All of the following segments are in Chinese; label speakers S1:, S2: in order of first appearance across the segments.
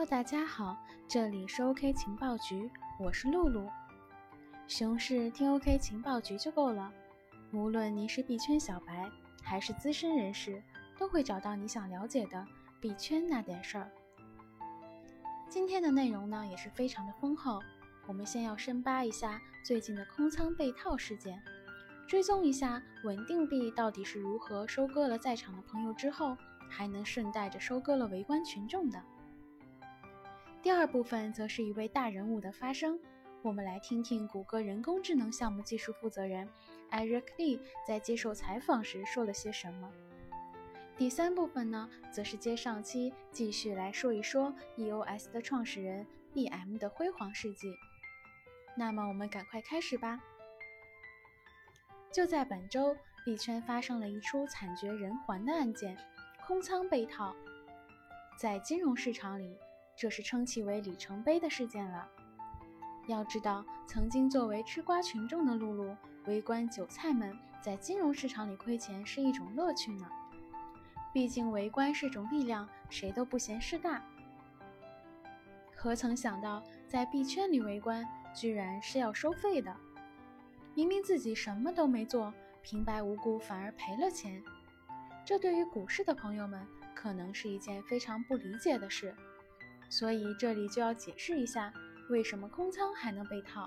S1: Hello， 大家好，这里是 OK 情报局，我是露露。熊市听 OK 情报局就够了，无论你是币圈小白还是资深人士，都会找到你想了解的币圈那点事儿。今天的内容呢也是非常的丰厚，我们先要深扒一下最近的空仓被套事件，追踪一下稳定币到底是如何收割了在场的朋友之后，还能顺带着收割了围观群众的。第二部分则是一位大人物的发声，我们来听听谷歌人工智能项目技术负责人 Eric Lee 在接受采访时说了些什么。第三部分呢，则是接上期继续来说一说 EOS 的创始人 BM 的辉煌事迹。那么我们赶快开始吧。就在本周，币圈发生了一出惨绝人寰的案件，空仓被套。在金融市场里，这是称其为里程碑的事件了。要知道，曾经作为吃瓜群众的露露，围观韭菜们在金融市场里亏钱是一种乐趣呢。毕竟围观是种力量，谁都不嫌事大。何曾想到，在币圈里围观，居然是要收费的。明明自己什么都没做，平白无故反而赔了钱。这对于股市的朋友们，可能是一件非常不理解的事。所以这里就要解释一下，为什么空仓还能被套。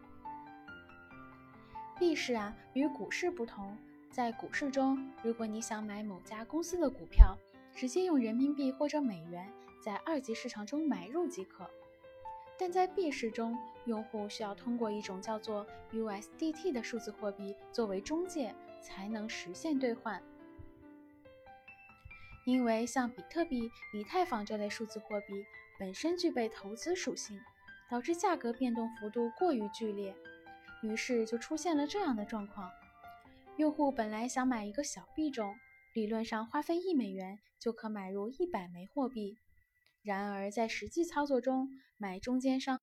S1: 币市与股市不同，在股市中，如果你想买某家公司的股票，直接用人民币或者美元在二级市场中买入即可。但在币市中，用户需要通过一种叫做 USDT 的数字货币作为中介，才能实现兑换。因为像比特币、以太坊这类数字货币本身具备投资属性，导致价格变动幅度过于剧烈，于是就出现了这样的状况。用户本来想买一个小币种，理论上花费$1就可买入100枚货币，然而在实际操作中，买中间商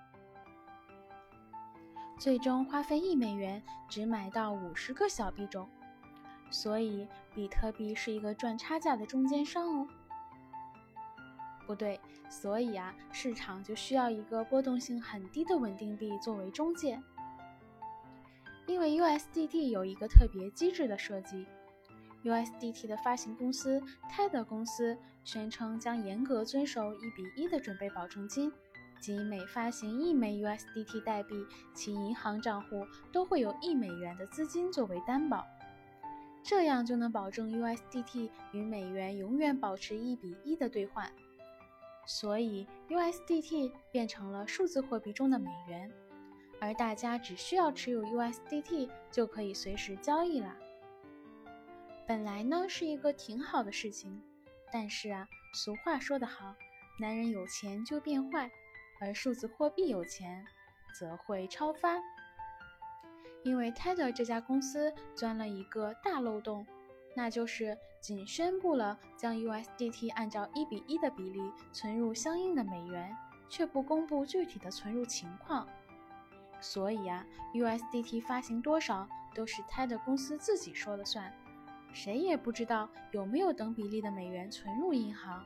S1: 最终花费$1只买到50个小币种，所以比特币是一个赚差价的中间商哦。不对，所以市场就需要一个波动性很低的稳定币作为中介。因为 USDT 有一个特别机制的设计， USDT 的发行公司 Tether 公司宣称将严格遵守1:1的准备保证金，即每发行1枚 USDT 代币，其银行账户都会有$1的资金作为担保，这样就能保证 USDT 与美元永远保持1:1的兑换。所以 USDT 变成了数字货币中的美元，而大家只需要持有 USDT 就可以随时交易啦。本来呢是一个挺好的事情，但是俗话说得好，男人有钱就变坏，而数字货币有钱则会超发。因为 Tether 这家公司钻了一个大漏洞，那就是仅宣布了将 USDT 按照1:1的比例存入相应的美元，却不公布具体的存入情况。所以USDT 发行多少都是 Tether 公司自己说了算，谁也不知道有没有等比例的美元存入银行。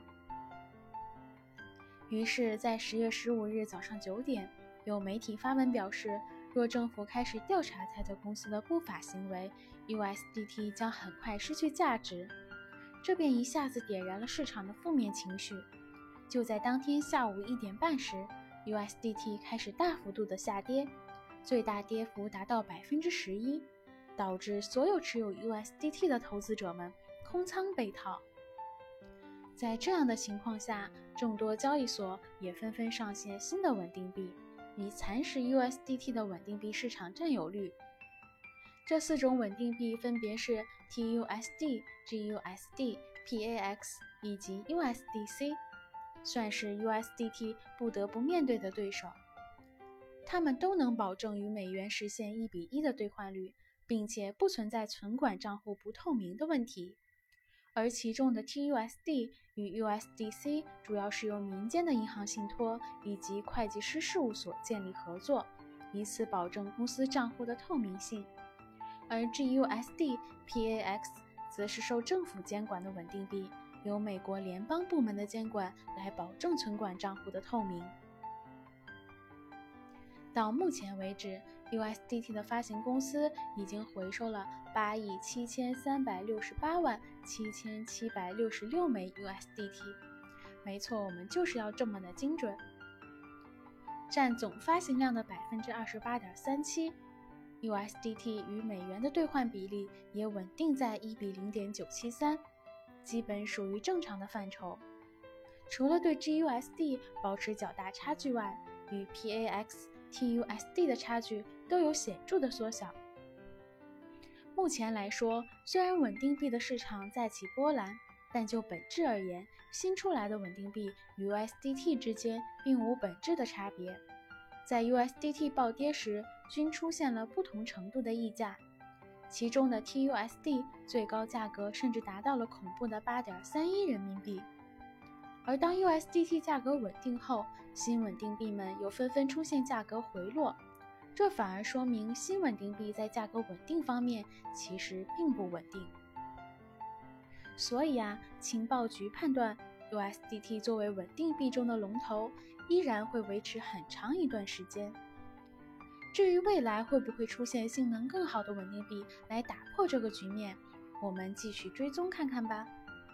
S1: 于是在10月15日早上9点，有媒体发文表示，若政府开始调查Tether公司的不法行为， USDT 将很快失去价值。这便一下子点燃了市场的负面情绪。就在当天下午1点半时， USDT 开始大幅度的下跌，最大跌幅达到11%，导致所有持有 USDT 的投资者们空仓被套。在这样的情况下，众多交易所也纷纷上线新的稳定币，以蚕食 USDT 的稳定币市场占有率。这4种稳定币分别是 TUSD、GUSD、PAX 以及 USDC， 算是 USDT 不得不面对的对手。它们都能保证与美元实现1:1的兑换率，并且不存在存管账户不透明的问题。而其中的 TUSD 与 USDC 主要是由民间的银行信托以及会计师事务所建立合作，以此保证公司账户的透明性。而 GUSD、PAX 则是受政府监管的稳定币， 由美国联邦部门的监管来保证存款账户的透明。到目前为止， USDT 的发行公司已经回收了873687766枚 USDT。 没错，我们就是要这么的精准，占总发行量的 28.37%。 USDT 与美元的兑换比例也稳定在1:0.973，基本属于正常的范畴。除了对 GUSD 保持较大差距外，与 PAX、TUSD 的差距都有显著的缩小。目前来说，虽然稳定币的市场再起波澜，但就本质而言，新出来的稳定币与 USDT 之间并无本质的差别。在 USDT 暴跌时，均出现了不同程度的溢价，其中的 TUSD 最高价格甚至达到了恐怖的8.31人民币。而当 USDT 价格稳定后，新稳定币们又纷纷出现价格回落，这反而说明新稳定币在价格稳定方面其实并不稳定。所以情报局判断 USDT 作为稳定币中的龙头，依然会维持很长一段时间。至于未来会不会出现性能更好的稳定币来打破这个局面，我们继续追踪看看吧。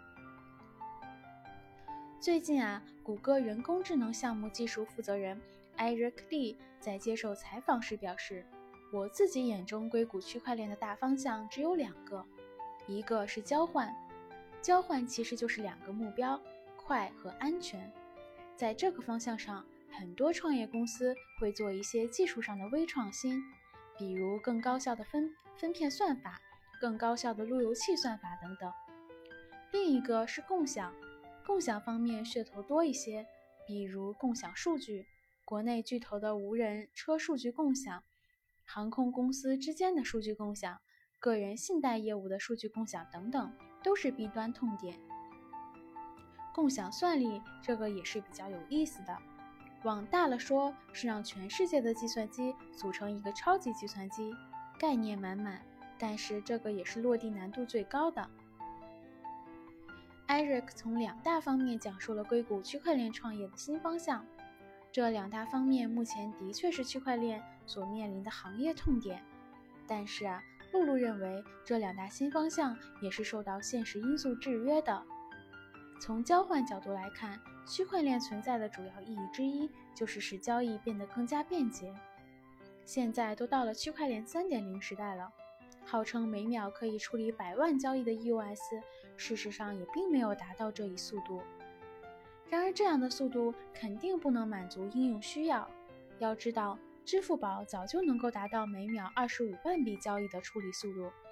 S1: 最近谷歌人工智能项目技术负责人 Eric Lee 在接受采访时表示，我自己眼中硅谷区块链的大方向只有2个，一个是交换，交换其实就是2个目标，快和安全。在这个方向上，很多创业公司会做一些技术上的微创新，比如更高效的分片算法、更高效的路由器算法等等。另一个是共享，共享方面噱头多一些，比如共享数据，国内巨头的无人车数据共享，航空公司之间的数据共享，个人信贷业务的数据共享等等，都是弊端痛点。共享算力这个也是比较有意思的，往大了说是让全世界的计算机组成一个超级计算机，概念满满，但是这个也是落地难度最高的。Eric 从2大方面讲述了硅谷区块链创业的新方向，这2大方面目前的确是区块链所面临的行业痛点，但是露露认为这2大新方向也是受到现实因素制约的。从交换角度来看，区块链存在的主要意义之一就是使交易变得更加便捷。现在都到了区块链 3.0 时代了，号称每秒可以处理100万交易的 EOS， 事实上也并没有达到这一速度。然而这样的速度肯定不能满足应用需要，要知道支付宝早就能够达到每秒25万笔交易的处理速度，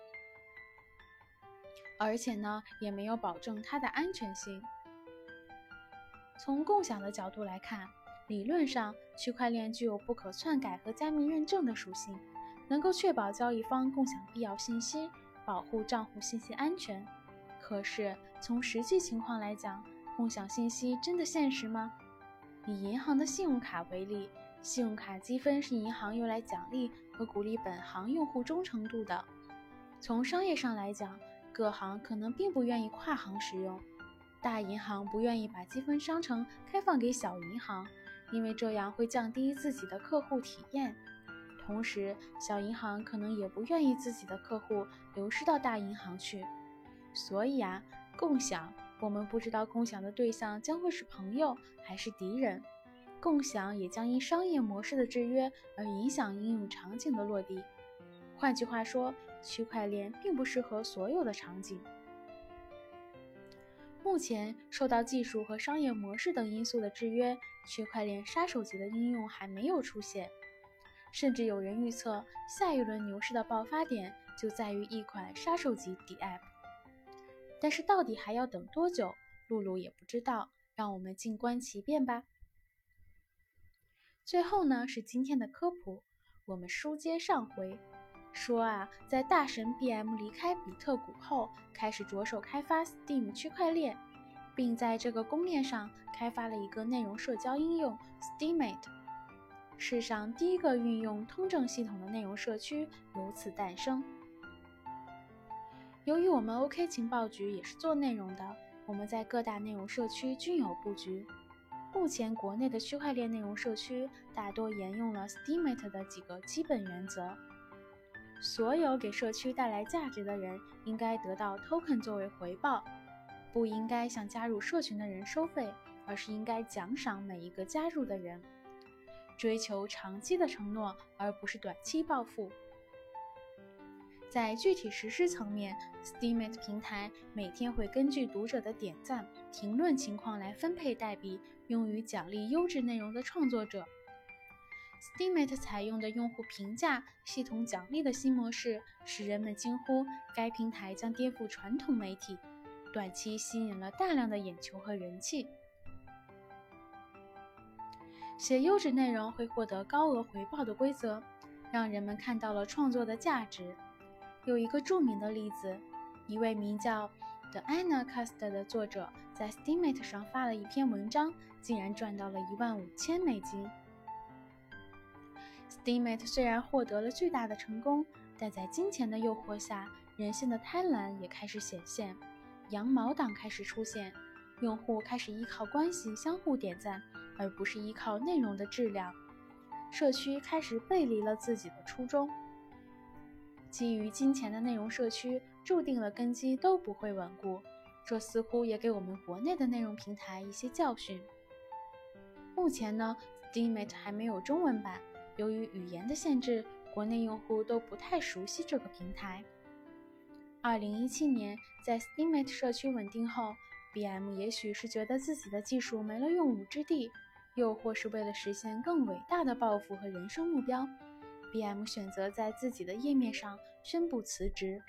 S1: 而且也没有保证它的安全性。从共享的角度来看，理论上区块链具有不可篡改和加密认证的属性，能够确保交易方共享必要信息，保护账户信息安全。可是从实际情况来讲，共享信息真的现实吗？以银行的信用卡为例，信用卡积分是银行用来奖励和鼓励本行用户忠诚度的。从商业上来讲，各行可能并不愿意跨行使用，大银行不愿意把积分商城开放给小银行，因为这样会降低自己的客户体验。同时，小银行可能也不愿意自己的客户流失到大银行去。所以共享，我们不知道共享的对象将会是朋友还是敌人，共享也将因商业模式的制约而影响应用场景的落地。换句话说，区块链并不适合所有的场景。目前受到技术和商业模式等因素的制约，区块链杀手级的应用还没有出现，甚至有人预测下一轮牛市的爆发点就在于一款杀手级底 App。 但是到底还要等多久，露露也不知道，让我们静观其变吧。最后是今天的科普，我们书接上回说在大神 BM 离开比特谷后，开始着手开发 Steam 区块链，并在这个公链上开发了一个内容社交应用 Steemit， 世上第一个运用通证系统的内容社区由此诞生。由于我们 OK 情报局也是做内容的， 我们在各大内容社区均有布局。目前国内的区块链内容社区大多沿用了 Steemit 的几个基本原则。所有给社区带来价值的人应该得到 token 作为回报，不应该向加入社群的人收费，而是应该奖赏每一个加入的人，追求长期的承诺，而不是短期暴富。在具体实施层面， Steemit 平台每天会根据读者的点赞、评论情况来分配代币，用于奖励优质内容的创作者。Steemit 采用的用户评价系统奖励的新模式，使人们惊呼该平台将颠覆传统媒体，短期吸引了大量的眼球和人气。写优质内容会获得高额回报的规则，让人们看到了创作的价值。有一个著名的例子，一位名叫 The Anarchist 的作者在 Steemit 上发了一篇文章，竟然赚到了15000美金。Steemit 虽然获得了巨大的成功，但在金钱的诱惑下，人性的贪婪也开始显现，羊毛党开始出现，用户开始依靠关系相互点赞，而不是依靠内容的质量。社区开始背离了自己的初衷。基于金钱的内容社区注定了根基都不会稳固，这似乎也给我们国内的内容平台一些教训。目前呢 Steemit 还没有中文版，由于语言的限制，国内用户都不太熟悉这个平台。2017年，在 Steemit 社区稳定后， BM 也许是觉得自己的技术没了用武之地，又或是为了实现更伟大的抱负和人生目标， BM 选择在自己的页面上宣布辞职。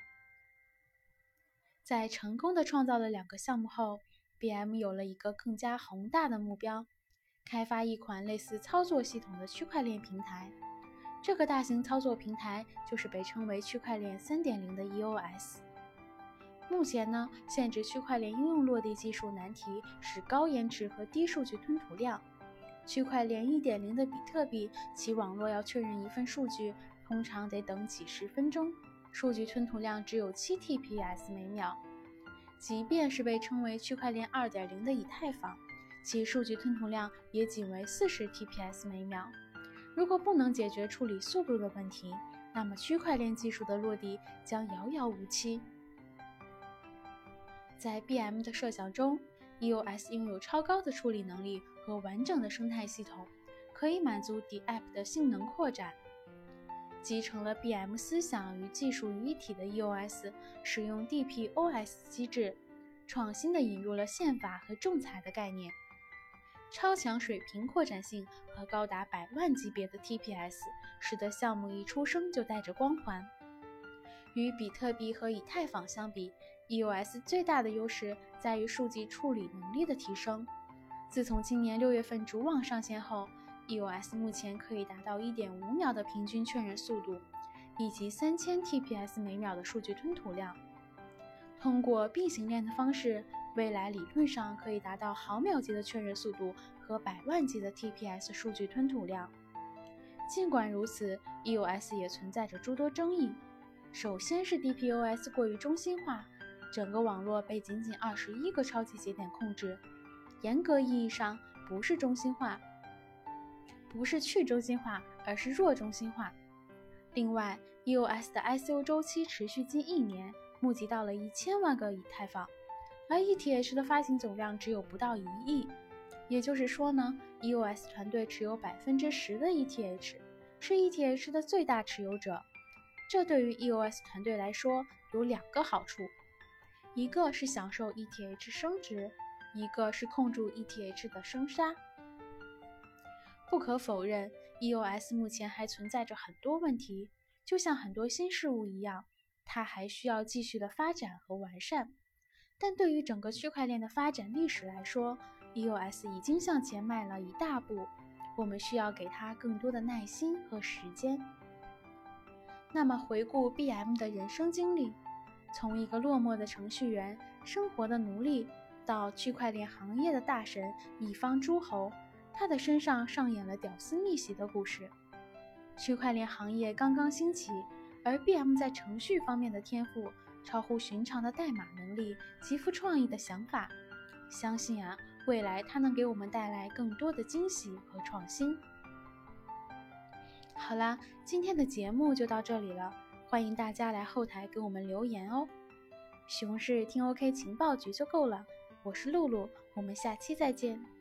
S1: 在成功地创造了2个项目后， BM 有了一个更加宏大的目标，开发一款类似操作系统的区块链平台。这个大型操作平台就是被称为区块链 3.0 的 EOS。 目前呢，限制区块链应用落地技术难题是高延迟和低数据吞吐量。区块链 1.0 的比特币，其网络要确认一份数据，通常得等几十分钟，数据吞吐量只有7 TPS 每秒。即便是被称为区块链 2.0 的以太坊，其数据吞吐量也仅为40 TPS 每秒。如果不能解决处理速度的问题，那么区块链技术的落地将遥遥无期。在 BM 的设想中， EOS 拥有超高的处理能力和完整的生态系统，可以满足 DApp 的性能扩展。集成了 BM 思想与技术于一体的 EOS 使用 DPoS 机制，创新地引入了宪法和仲裁的概念。超强水平扩展性和高达100万级别的 TPS 使得项目一出生就带着光环。与比特币和以太坊相比， EOS 最大的优势在于数据处理能力的提升。自从今年6月份主网上线后， EOS 目前可以达到 1.5 秒的平均确认速度，以及3000 TPS 每秒的数据吞吐量。通过并行链的方式，未来理论上可以达到毫秒级的确认速度和100万级的 TPS 数据吞吐量。尽管如此， EOS 也存在着诸多争议。首先是 DPoS 过于中心化，整个网络被仅仅21个超级节点控制，严格意义上不是中心化，不是去中心化，而是弱中心化。另外 EOS 的 ICO 周期持续近1年，募集到了1000万个以太坊，而 ETH 的发行总量只有不到1亿。也就是说呢， EOS 团队持有10%的 ETH， 是 ETH 的最大持有者。这对于 EOS 团队来说有2个好处，一个是享受 ETH 升值，一个是控住 ETH 的生杀。不可否认， EOS 目前还存在着很多问题，就像很多新事物一样，它还需要继续的发展和完善。但对于整个区块链的发展历史来说， EOS 已经向前迈了一大步，我们需要给它更多的耐心和时间。那么回顾 BM 的人生经历，从一个落寞的程序员、生活的奴隶，到区块链行业的大神、一方诸侯，他的身上上演了屌丝逆袭的故事。区块链行业刚刚兴起，而 BM 在程序方面的天赋、超乎寻常的代码能力、极富创意的想法， 相信啊，未来它能给我们带来更多的惊喜和创新。好啦，今天的节目就到这里了，欢迎大家来后台给我们留言哦。西红柿听 OK 情报局就够了，我是露露，我们下期再见。